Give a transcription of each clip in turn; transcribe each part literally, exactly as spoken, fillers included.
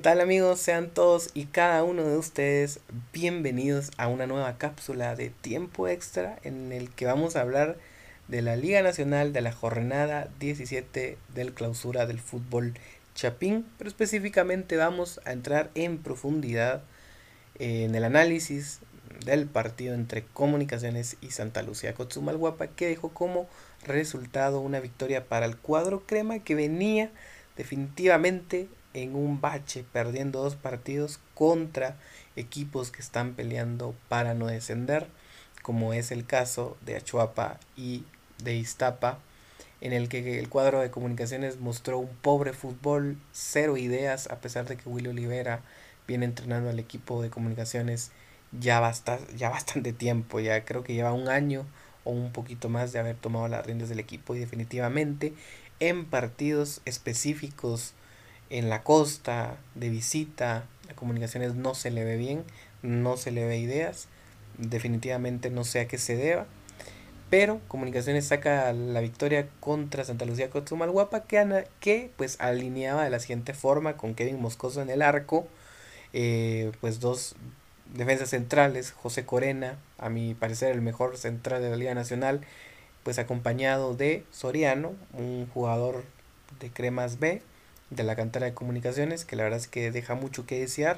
tal amigos? Sean todos y cada uno de ustedes bienvenidos a una nueva cápsula de tiempo extra en el que vamos a hablar de la Liga Nacional de la jornada diecisiete del clausura del fútbol chapín, pero específicamente vamos a entrar en profundidad en el análisis del partido entre Comunicaciones y Santa Lucía Cotzumalguapa, que dejó como resultado una victoria para el cuadro crema, que venía definitivamente en un bache, perdiendo dos partidos contra equipos que están peleando para no descender, como es el caso de Achuapa y de Iztapa, en el que el cuadro de Comunicaciones mostró un pobre fútbol, cero ideas, a pesar de que Willy Olivera viene entrenando al equipo de Comunicaciones ya, basta, ya bastante tiempo, ya creo que lleva un año o un poquito más de haber tomado las riendas del equipo, y definitivamente en partidos específicos en la costa, de visita, a Comunicaciones no se le ve bien, no se le ve ideas, definitivamente no sé a qué se deba, pero Comunicaciones saca la victoria contra Santa Lucía Cotzumalguapa, que, ana- que pues alineaba de la siguiente forma, con Kevin Moscoso en el arco, eh, pues dos defensas centrales, José Corena, a mi parecer el mejor central de la Liga Nacional, pues acompañado de Soriano, un jugador de Cremas B, de la cantera de Comunicaciones, que la verdad es que deja mucho que desear,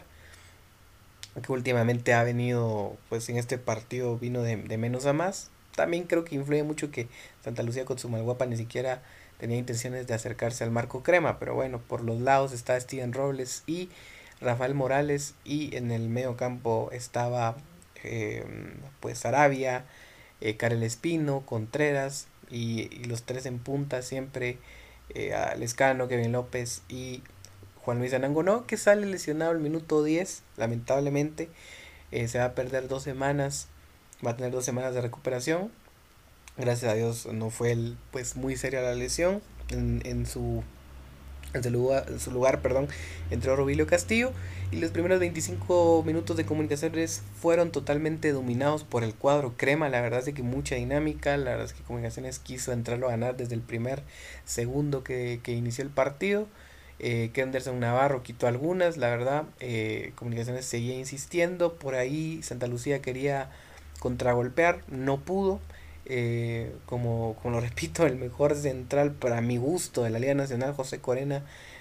que últimamente ha venido, pues en este partido vino de, de menos a más. También creo que influye mucho que Santa Lucía con su Malguapa ni siquiera tenía intenciones de acercarse al marco crema, pero bueno, por los lados está Steven Robles y Rafael Morales, y en el medio campo estaba eh, pues Arabia, eh, Karel Espino, Contreras, y, y los tres en punta siempre, eh, Lescano, Kevin López y Juan Luis Anangonó, que sale lesionado el minuto diez, lamentablemente. Eh, se va a perder dos semanas, va a tener dos semanas de recuperación. Gracias a Dios no fue el, pues muy seria la lesión. En, en su en su lugar, en su lugar perdón, entró Rubilio Castillo, y los primeros veinticinco minutos de Comunicaciones fueron totalmente dominados por el cuadro crema. La verdad es que mucha dinámica, la verdad es que Comunicaciones quiso entrarlo a ganar desde el primer segundo que, que inició el partido. eh, Kenderson Navarro quitó algunas, la verdad. eh, Comunicaciones seguía insistiendo, por ahí Santa Lucía quería contragolpear, no pudo. Eh, como, como lo repito, el mejor central para mi gusto de la Liga Nacional, José Corena,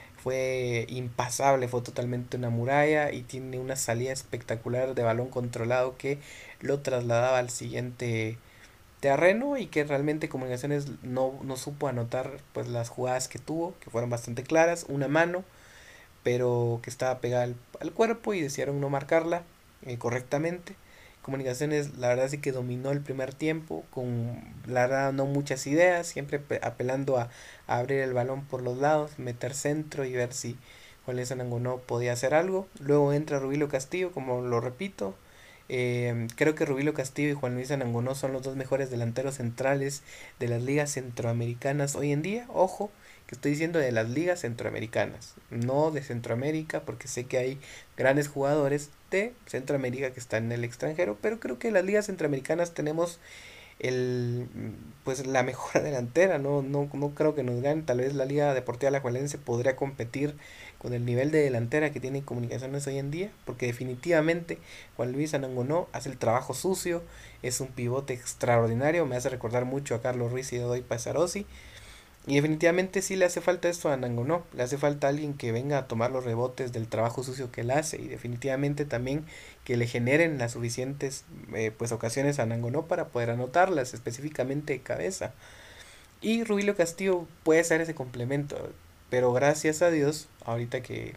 fue impasable, fue totalmente una muralla, y tiene una salida espectacular de balón controlado que lo trasladaba al siguiente terreno, y que realmente Comunicaciones no, no supo anotar pues las jugadas que tuvo, que fueron bastante claras, una mano, pero que estaba pegada al, al cuerpo, y decidieron no marcarla eh, correctamente. Comunicaciones, la verdad sí que dominó el primer tiempo, con la verdad no muchas ideas, siempre apelando a, a abrir el balón por los lados, meter centro y ver si Juan Luis Anangonó podía hacer algo. Luego entra Rubilio Castillo, como lo repito. Eh, creo que Rubilio Castillo y Juan Luis Anangonó son los dos mejores delanteros centrales de las ligas centroamericanas hoy en día. Ojo, que estoy diciendo de las ligas centroamericanas, no de Centroamérica, porque sé que hay grandes jugadores de Centroamérica que están en el extranjero, pero creo que en las ligas centroamericanas tenemos el pues la mejor delantera. No, no, no creo que nos gane. Tal vez la Liga Deportiva Alajuelense podría competir con el nivel de delantera que tiene Comunicaciones hoy en día, porque definitivamente Juan Luis Anangonó hace el trabajo sucio, es un pivote extraordinario, me hace recordar mucho a Carlos Ruiz y Doy Pasarossi. Y definitivamente sí le hace falta esto a Nango, ¿no? Le hace falta alguien que venga a tomar los rebotes del trabajo sucio que él hace, y definitivamente también que le generen las suficientes eh, pues ocasiones a Nango, ¿no? Para poder anotarlas, específicamente de cabeza. Y Rubilio Castillo puede ser ese complemento, pero gracias a Dios, ahorita que,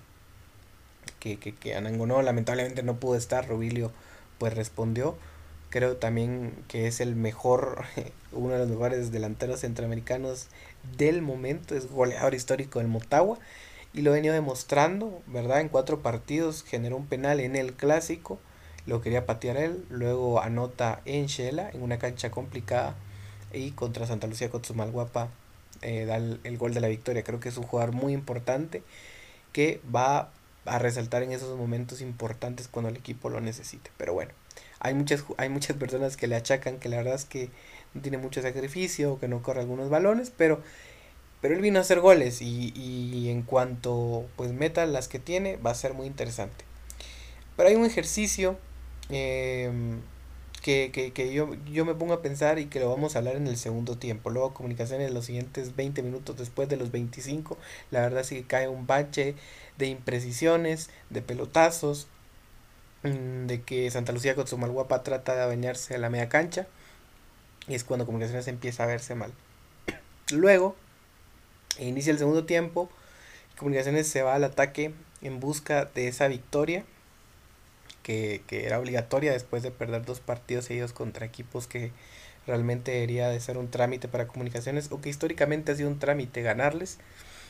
que, que, que Anangonó lamentablemente no pudo estar, Rubilio pues respondió. Creo también que es el mejor, uno de los mejores delanteros centroamericanos del momento, es goleador histórico del Motagua, y lo ha venido demostrando, ¿verdad? En cuatro partidos generó un penal en el clásico, lo quería patear él, luego anota en Shela, en una cancha complicada, y contra Santa Lucía Cotzumalguapa eh, da el, el gol de la victoria. Creo que es un jugador muy importante que va a resaltar en esos momentos importantes cuando el equipo lo necesite. Pero bueno, hay muchas, hay muchas personas que le achacan que la verdad es que no tiene mucho sacrificio o que no corre algunos balones, pero pero él vino a hacer goles y, y en cuanto pues meta las que tiene va a ser muy interesante. Pero hay un ejercicio eh, que, que, que yo, yo me pongo a pensar y que lo vamos a hablar en el segundo tiempo. Luego comunicaciones los siguientes veinte minutos después de los veinticinco. La verdad sí que cae un bache de imprecisiones, de pelotazos, mm, de que Santa Lucía con su Malguapa trata de bañarse a la media cancha. Y es cuando comunicaciones empieza a verse mal. Luego inicia el segundo tiempo. Comunicaciones se va al ataque en busca de esa victoria que, que era obligatoria después de perder dos partidos seguidos contra equipos que realmente debería de ser un trámite para comunicaciones o que históricamente ha sido un trámite ganarles.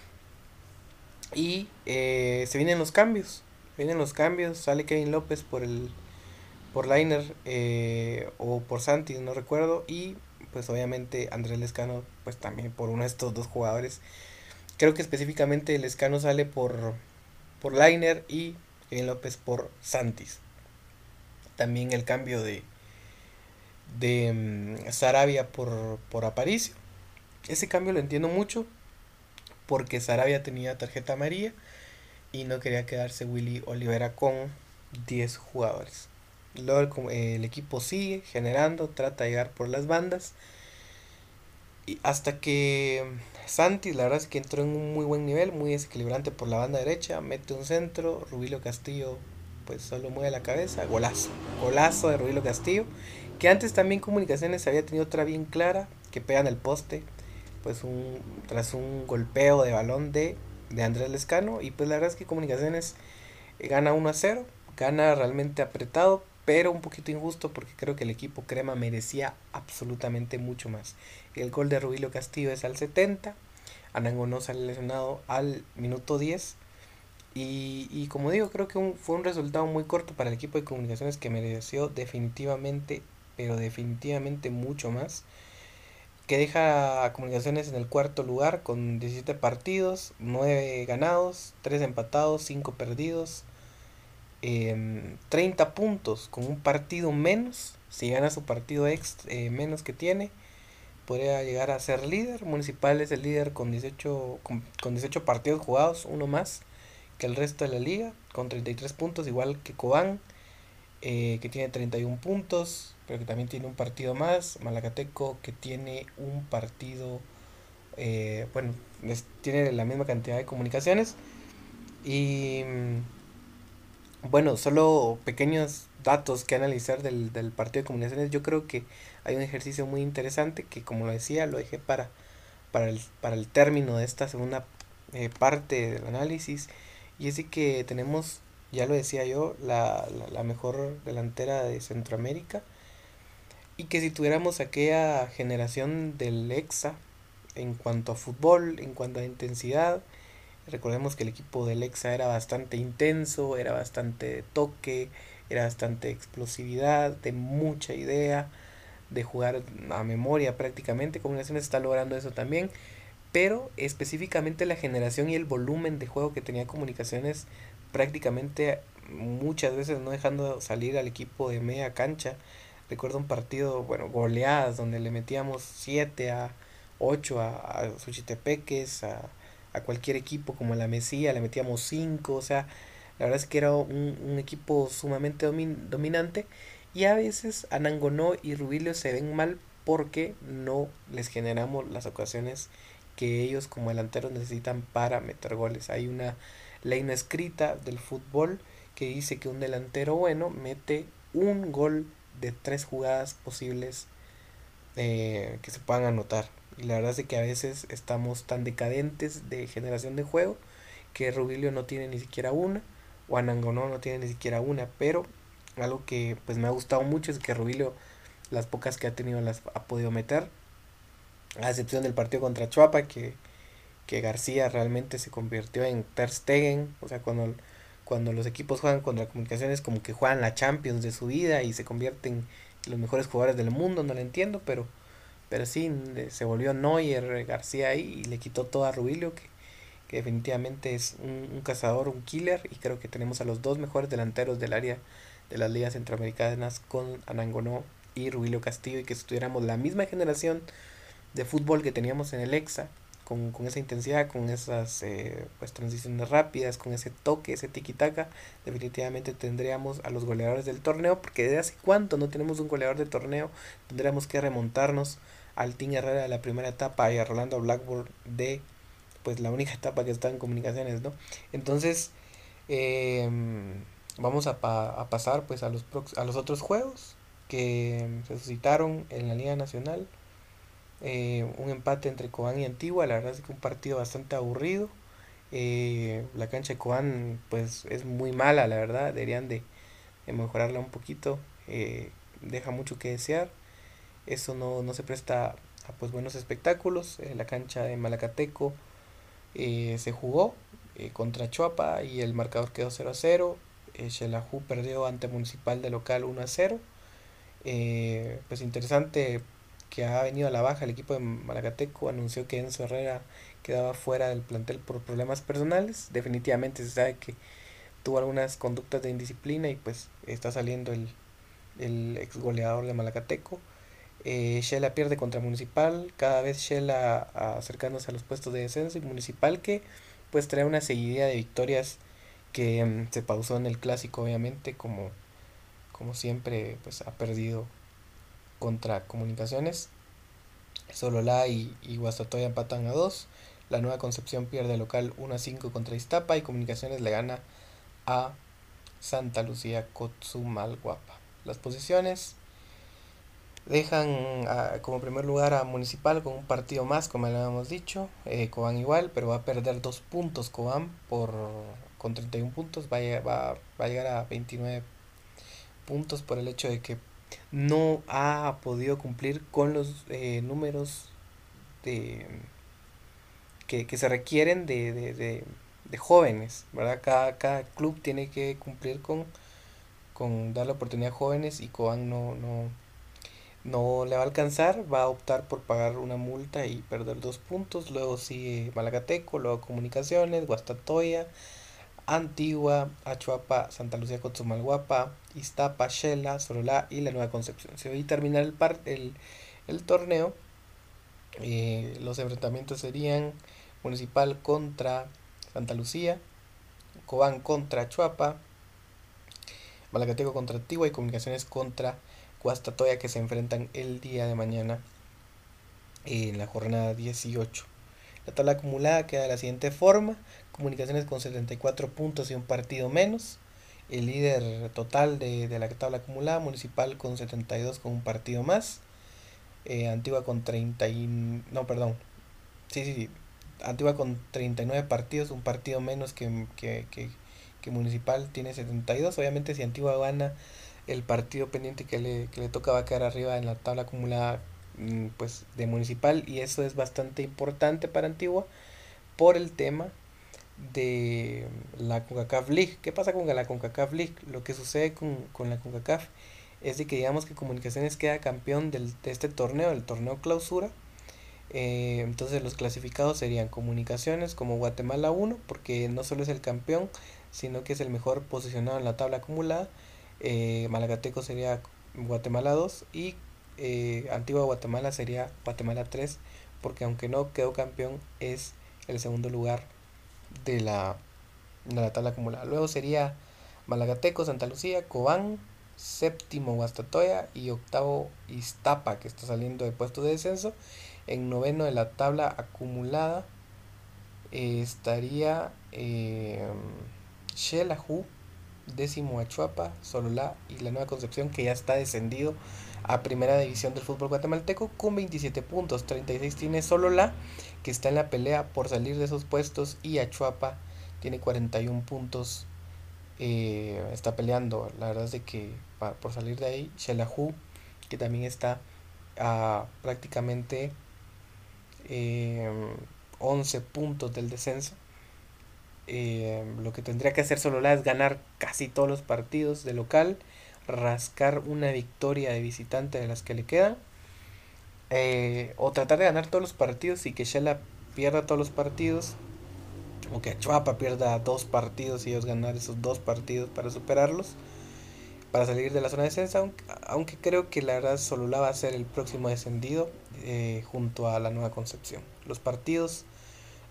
Y eh, se vienen los cambios, vienen los cambios, sale Kevin López por el por Liner eh, o por Santi, no recuerdo, y pues obviamente Andrés Lescano pues también por uno de estos dos jugadores. Creo que específicamente Lescano sale por por Liner y Kevin López por Santis. También el cambio de de um, Sarabia por, por Aparicio. Ese cambio lo entiendo mucho porque Sarabia tenía tarjeta amarilla y no quería quedarse Willy Olivera con diez jugadores. Luego el, el equipo sigue generando, trata de llegar por las bandas y hasta que Santi, la verdad es que entró en un muy buen nivel, muy desequilibrante por la banda derecha, mete un centro, Rubilio Castillo pues solo mueve la cabeza, golazo, golazo de Rubilio Castillo, que antes también Comunicaciones había tenido otra bien clara, que pegan el poste, pues un tras un golpeo de balón de, de Andrés Lescano, y pues la verdad es que Comunicaciones eh, gana uno a cero, gana realmente apretado, pero un poquito injusto porque creo que el equipo crema merecía absolutamente mucho más. El gol de Rubilio Castillo es al setenta, Anangonó sale lesionado al minuto diez. Y, y como digo, creo que un, fue un resultado muy corto para el equipo de Comunicaciones que mereció definitivamente, pero definitivamente mucho más. Que deja a Comunicaciones en el cuarto lugar con diecisiete partidos, nueve ganados, tres empatados, cinco perdidos, eh, treinta puntos con un partido menos. Si gana su partido ex, eh, menos que tiene, podría llegar a ser líder. Municipal es el líder con dieciocho, con, con dieciocho partidos jugados, uno más que el resto de la liga, con treinta y tres puntos, igual que Cobán, eh, que tiene treinta y uno puntos, pero que también tiene un partido más. Malacateco, que tiene un partido, eh, bueno, es, tiene la misma cantidad de comunicaciones. Y bueno, solo pequeños datos que analizar del, del partido de comunicaciones. Yo creo que hay un ejercicio muy interesante que, como lo decía, lo dejé para, para, el, para el término de esta segunda eh, parte del análisis. Y es que tenemos, ya lo decía yo, la, la, la mejor delantera de Centroamérica. Y que si tuviéramos aquella generación del Exa en cuanto a fútbol, en cuanto a intensidad, recordemos que el equipo del Exa era bastante intenso, era bastante toque, era bastante explosividad, de mucha idea, de jugar a memoria prácticamente. Comunicaciones está logrando eso también, pero específicamente la generación y el volumen de juego que tenía Comunicaciones, prácticamente muchas veces no dejando salir al equipo de media cancha. Recuerdo un partido, bueno, goleadas donde le metíamos siete a ocho a, a Suchitepeques, a, a cualquier equipo como la Mesía, le metíamos cinco, o sea, la verdad es que era un, un equipo sumamente domin, dominante y a veces Anangonó y Rubilio se ven mal porque no les generamos las ocasiones que ellos como delanteros necesitan para meter goles. Hay una ley no escrita del fútbol que dice que un delantero bueno mete un gol de tres jugadas posibles eh, que se puedan anotar. Y la verdad es que a veces estamos tan decadentes de generación de juego que Rubilio no tiene ni siquiera una, o Anangonó no tiene ni siquiera una, pero algo que pues me ha gustado mucho es que Rubilio las pocas que ha tenido las ha podido meter, a excepción del partido contra Chuapa que, que García realmente se convirtió en Ter Stegen, o sea, cuando, cuando los equipos juegan contra Comunicaciones como que juegan la Champions de su vida y se convierten en los mejores jugadores del mundo, no lo entiendo, pero pero sí, se volvió Neuer García ahí y le quitó todo a Rubilio, que, que definitivamente es un, un cazador, un killer. Y creo que tenemos a los dos mejores delanteros del área de las ligas centroamericanas con Anangonó y Rubilio Castillo. Y que si tuviéramos la misma generación de fútbol que teníamos en el Exa, con, con esa intensidad, con esas eh, pues transiciones rápidas, con ese toque, ese tiki-taka, definitivamente tendríamos a los goleadores del torneo, porque desde hace cuánto no tenemos un goleador de torneo, tendríamos que remontarnos al Team Herrera de la primera etapa y a Rolando Blackburn de pues la única etapa que está en comunicaciones, ¿no? Entonces, eh, vamos a, pa a pasar pues a los, a los otros juegos que se suscitaron en la Liga Nacional. Eh, un empate entre Cobán y Antigua, la verdad es que un partido bastante aburrido. Eh, la cancha de Cobán pues es muy mala, la verdad, deberían de, de mejorarla un poquito. Eh, deja mucho que desear. Eso no, no se presta a pues buenos espectáculos. Eh, la cancha de Malacateco eh, se jugó eh, contra Chuapa y el marcador quedó cero a cero. Eh, Xelajú perdió ante Municipal de local uno a cero. Eh, pues interesante que ha venido a la baja el equipo de Malacateco, anunció que Enzo Herrera quedaba fuera del plantel por problemas personales. Definitivamente se sabe que tuvo algunas conductas de indisciplina y pues está saliendo el, el ex goleador de Malacateco. Eh, Shela pierde contra Municipal, cada vez Shela acercándose a los puestos de descenso, y Municipal que pues trae una seguidilla de victorias que um, se pausó en el clásico obviamente, como, como siempre pues ha perdido contra Comunicaciones. Sololá y, y Guastatoya empatan a dos. La Nueva Concepción pierde local uno a cinco contra Iztapa y Comunicaciones le gana a Santa Lucía Cotzumalguapa. Las posiciones dejan a, como primer lugar a Municipal con un partido más, como le habíamos dicho. Eh, Cobán igual, pero va a perder dos puntos Cobán por, con treinta y uno puntos. Va a, va, va a llegar a veintinueve puntos por el hecho de que no ha podido cumplir con los eh, números de, que, que se requieren de, de, de, de jóvenes, ¿verdad? Cada, cada club tiene que cumplir con, con dar la oportunidad a jóvenes y Cobán no, no, no le va a alcanzar, va a optar por pagar una multa y perder dos puntos. Luego sigue Malagateco, luego Comunicaciones, Guastatoya, Antigua, Achuapa, Santa Lucía Cotzumalguapa, Iztapa, Shela, Sololá y la Nueva Concepción. Si hoy terminar el, par el, el torneo, eh, los enfrentamientos serían Municipal contra Santa Lucía, Cobán contra Achuapa, Malacateco contra Antigua y Comunicaciones contra Guastatoya, que se enfrentan el día de mañana en la jornada dieciocho. La tabla acumulada queda de la siguiente forma: Comunicaciones con setenta y cuatro puntos y un partido menos. El líder total de, de la tabla acumulada, Municipal con setenta y dos con un partido más. Eh, Antigua con treinta y... No, perdón. Sí, sí, sí. Antigua con treinta y nueve partidos, un partido menos que, que, que, que Municipal, tiene setenta y dos. Obviamente si Antigua gana el partido pendiente que le, que le toca, va a quedar arriba en la tabla acumulada pues de Municipal, y eso es bastante importante para Antigua por el tema de la CONCACAF League. ¿Qué pasa con la CONCACAF League? Lo que sucede con, con la CONCACAF es de que digamos que Comunicaciones queda campeón del, de este torneo, el torneo clausura. Eh, entonces los clasificados serían Comunicaciones como Guatemala uno, porque no solo es el campeón, sino que es el mejor posicionado en la tabla acumulada. eh, Malagateco sería Guatemala dos y eh, Antigua Guatemala sería Guatemala tres, porque aunque no quedó campeón es el segundo lugar de la, de la tabla acumulada. Luego sería Malagateco, Santa Lucía, Cobán, séptimo Guastatoya y octavo Iztapa, que está saliendo de puestos de descenso. En noveno de la tabla acumulada eh, estaría eh, Xelajú, décimo Achuapa, Sololá y la Nueva Concepción, que ya está descendido a primera división del fútbol guatemalteco con veintisiete puntos. Treinta y seis tiene Sololá, que está en la pelea por salir de esos puestos, y Achuapa tiene cuarenta y uno puntos. Eh, está peleando, la verdad es de que para, por salir de ahí. Xelajú, que también está a prácticamente eh, once puntos del descenso. Eh, lo que tendría que hacer Sololá es ganar casi todos los partidos de local, rascar una victoria de visitante de las que le quedan, eh, o tratar de ganar todos los partidos y que Shela pierda todos los partidos, o que Achuapa pierda dos partidos y ellos ganar esos dos partidos para superarlos, para salir de la zona de descenso. Aunque, aunque creo que la verdad Sololá va a ser el próximo descendido, eh, junto a la Nueva Concepción. Los partidos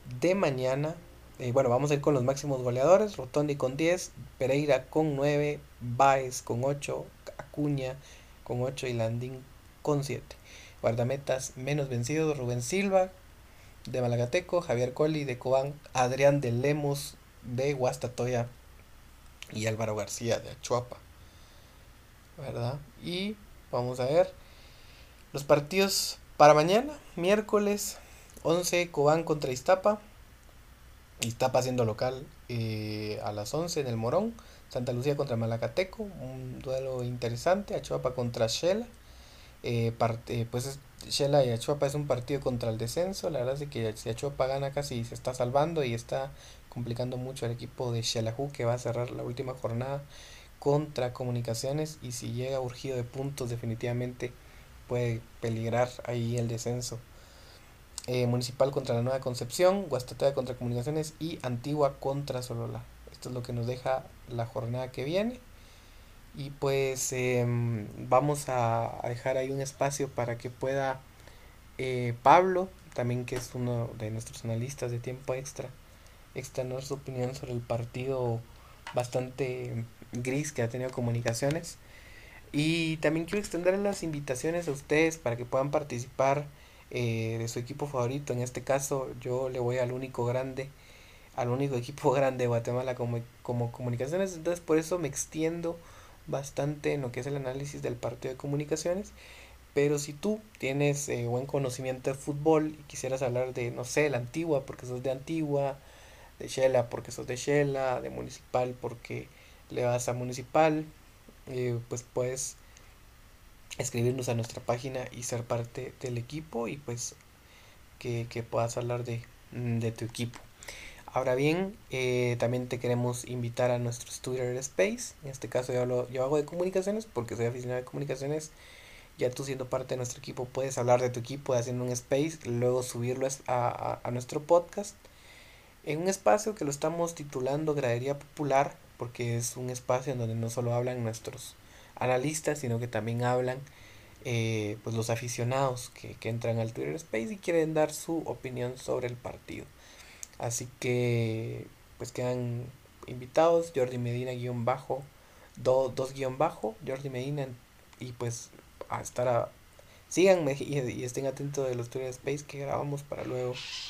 de mañana. Eh, bueno, vamos a ir con los máximos goleadores. Rotondi con diez, Pereira con nueve, Baez con ocho, Acuña con ocho y Landín con siete. Guardametas menos vencidos, Rubén Silva de Malagateco, Javier Colli de Cobán, Adrián de Lemos de Guastatoya y Álvaro García de Achuapa, ¿verdad? Y vamos a ver los partidos para mañana, miércoles once, Cobán contra Iztapa. Iztapa siendo local eh, a las once en el Morón. Santa Lucía contra Malacateco, un duelo interesante. Achuapa contra Shela. Eh, parte, pues es- Shela y Achuapa es un partido contra el descenso. La verdad es que si Achuapa gana casi se está salvando y está complicando mucho al equipo de Xelajú que va a cerrar la última jornada contra Comunicaciones y si llega urgido de puntos definitivamente puede peligrar ahí el descenso. Eh, Municipal contra la Nueva Concepción, Guastatoya contra Comunicaciones y Antigua contra Solola. Esto es lo que nos deja la jornada que viene. Y pues em, vamos a, a dejar ahí un espacio para que pueda eh, Pablo, también que es uno de nuestros analistas de tiempo extra, externar su opinión sobre el partido bastante gris que ha tenido Comunicaciones. Y también quiero extender las invitaciones a ustedes para que puedan participar eh, de su equipo favorito. En este caso, yo le voy al único grande, al único equipo grande de Guatemala como, como comunicaciones. Entonces, por eso me extiendo bastante en lo que es el análisis del partido de comunicaciones. Pero si tú tienes eh, buen conocimiento de fútbol y quisieras hablar de, no sé, la Antigua, porque sos de Antigua, de Shela, porque sos de Shela, de Municipal, porque le vas a Municipal, eh, pues puedes escribirnos a nuestra página y ser parte del equipo y pues que, que puedas hablar de, mm, de tu equipo. Ahora bien, eh, también te queremos invitar a nuestro Twitter Space. En este caso yo, hablo, yo hago de comunicaciones porque soy aficionado de comunicaciones. Ya tú siendo parte de nuestro equipo puedes hablar de tu equipo haciendo un space, luego subirlo a, a, a nuestro podcast en un espacio que lo estamos titulando Gradería Popular porque es un espacio en donde no solo hablan nuestros analistas, sino que también hablan eh, pues los aficionados que, que entran al Twitter Space y quieren dar su opinión sobre el partido. Así que pues quedan invitados Jordi Medina guión bajo, do, dos guión bajo, Jordi Medina y pues a estar a, síganme y, y estén atentos de los Twitter Space que grabamos para luego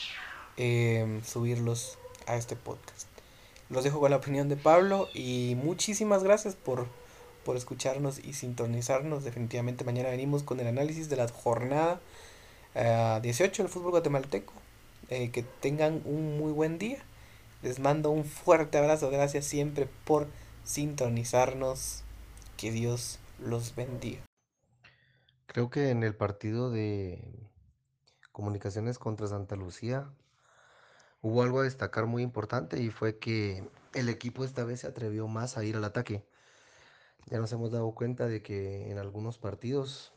eh, subirlos a este podcast. Los dejo con la opinión de Pablo y muchísimas gracias por, por escucharnos y sintonizarnos. Definitivamente mañana venimos con el análisis de la jornada eh, dieciocho del fútbol guatemalteco. Eh, que tengan un muy buen día. Les mando un fuerte abrazo. Gracias siempre por sintonizarnos. Que Dios los bendiga. Creo que en el partido de Comunicaciones contra Santa Lucía hubo algo a destacar muy importante y fue que el equipo esta vez se atrevió más a ir al ataque. Ya nos hemos dado cuenta de que en algunos partidos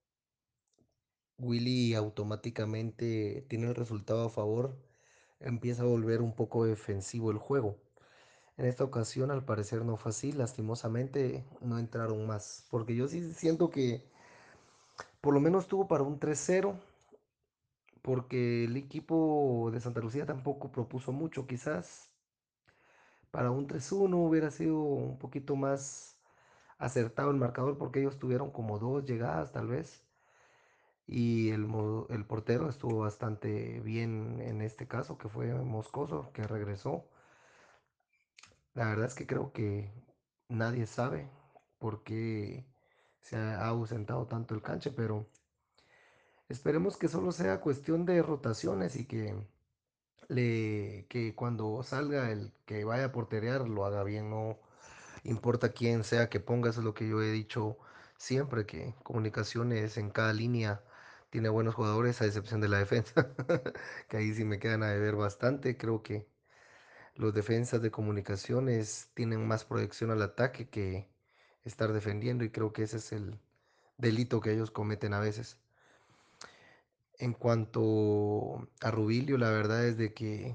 Willy automáticamente tiene el resultado a favor, empieza a volver un poco defensivo el juego. En esta ocasión al parecer no fue así, lastimosamente no entraron más, porque yo sí siento que por lo menos tuvo para un tres cero porque el equipo de Santa Lucía tampoco propuso mucho. Quizás para un tres uno hubiera sido un poquito más acertado el marcador porque ellos tuvieron como dos llegadas tal vez. Y el, mo- el portero estuvo bastante bien en este caso, que fue Moscoso, que regresó. La verdad es que creo que nadie sabe por qué se ha ausentado tanto el canche, pero esperemos que solo sea cuestión de rotaciones y que le, que cuando salga el que vaya a porterear lo haga bien, no importa quién sea que ponga, eso es lo que yo he dicho siempre, que comunicaciones en cada línea tiene buenos jugadores a excepción de la defensa, que ahí sí me quedan a deber bastante, creo que los defensas de comunicaciones tienen más proyección al ataque que estar defendiendo y creo que ese es el delito que ellos cometen a veces. En cuanto a Rubilio, la verdad es de que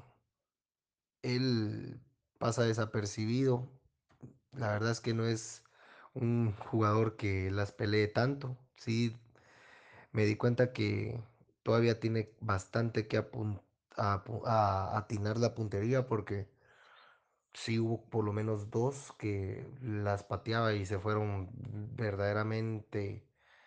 él pasa desapercibido. La verdad es que no es un jugador que las pelee tanto. Sí, me di cuenta que todavía tiene bastante que apun- a, pu- a atinar la puntería porque sí hubo por lo menos dos que las pateaba y se fueron verdaderamente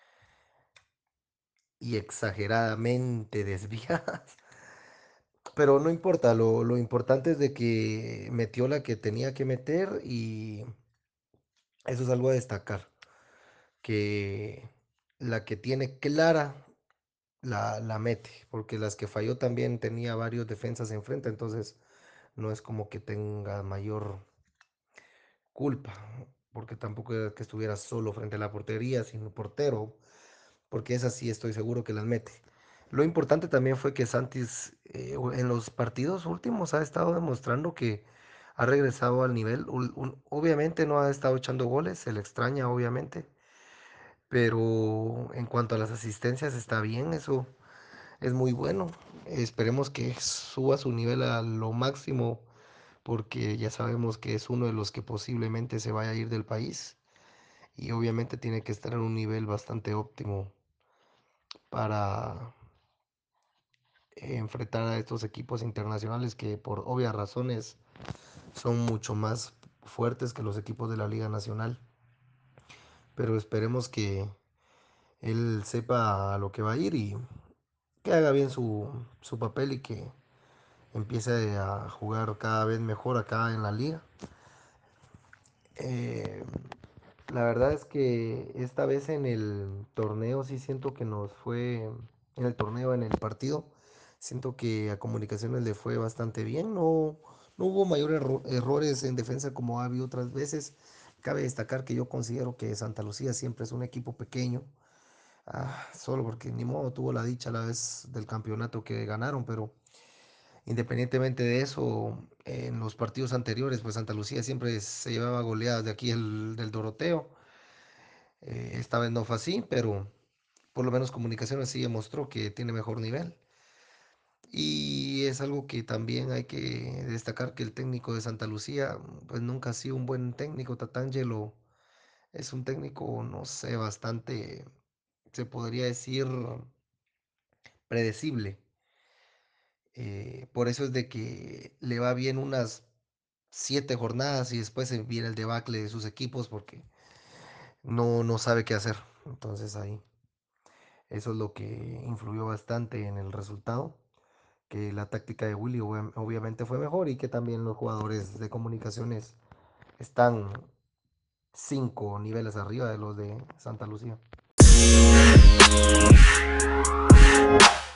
y exageradamente desviadas. Pero no importa, lo, lo importante es de que metió la que tenía que meter y eso es algo a destacar, que la que tiene clara la, la mete, porque las que falló también tenía varios defensas enfrente, entonces no es como que tenga mayor culpa, porque tampoco era que estuviera solo frente a la portería, sino portero, porque esas sí estoy seguro que las mete. Lo importante también fue que Santis eh, en los partidos últimos ha estado demostrando que ha regresado al nivel. Ul- un- obviamente no ha estado echando goles, se le extraña obviamente, pero en cuanto a las asistencias está bien, eso es muy bueno. Esperemos que suba su nivel a lo máximo porque ya sabemos que es uno de los que posiblemente se vaya a ir del país y obviamente tiene que estar en un nivel bastante óptimo para eh, enfrentar a estos equipos internacionales que por obvias razones son mucho más fuertes que los equipos de la Liga Nacional. Pero esperemos que él sepa a lo que va a ir y que haga bien su, su papel y que empiece a jugar cada vez mejor acá en la liga. Eh, la verdad es que esta vez en el torneo sí siento que nos fue, en el torneo, en el partido, siento que a Comunicaciones le fue bastante bien, no, no hubo mayores erro- errores en defensa como ha habido otras veces. Cabe destacar que yo considero que Santa Lucía siempre es un equipo pequeño, ah, solo porque ni modo tuvo la dicha a la vez del campeonato que ganaron, pero independientemente de eso, en los partidos anteriores, pues Santa Lucía siempre se llevaba goleadas de aquí el, del Doroteo. Eh, esta vez no fue así, pero por lo menos Comunicaciones sí demostró que tiene mejor nivel. Y es algo que también hay que destacar que el técnico de Santa Lucía, pues nunca ha sido un buen técnico. Tatangelo es un técnico, no sé, bastante, se podría decir, predecible. Eh, por eso es de que le va bien unas siete jornadas y después se viene el debacle de sus equipos porque no, no sabe qué hacer. Entonces ahí, eso es lo que influyó bastante en el resultado, que la táctica de Willy obvia- obviamente fue mejor y que también los jugadores de comunicaciones están cinco niveles arriba de los de Santa Lucía.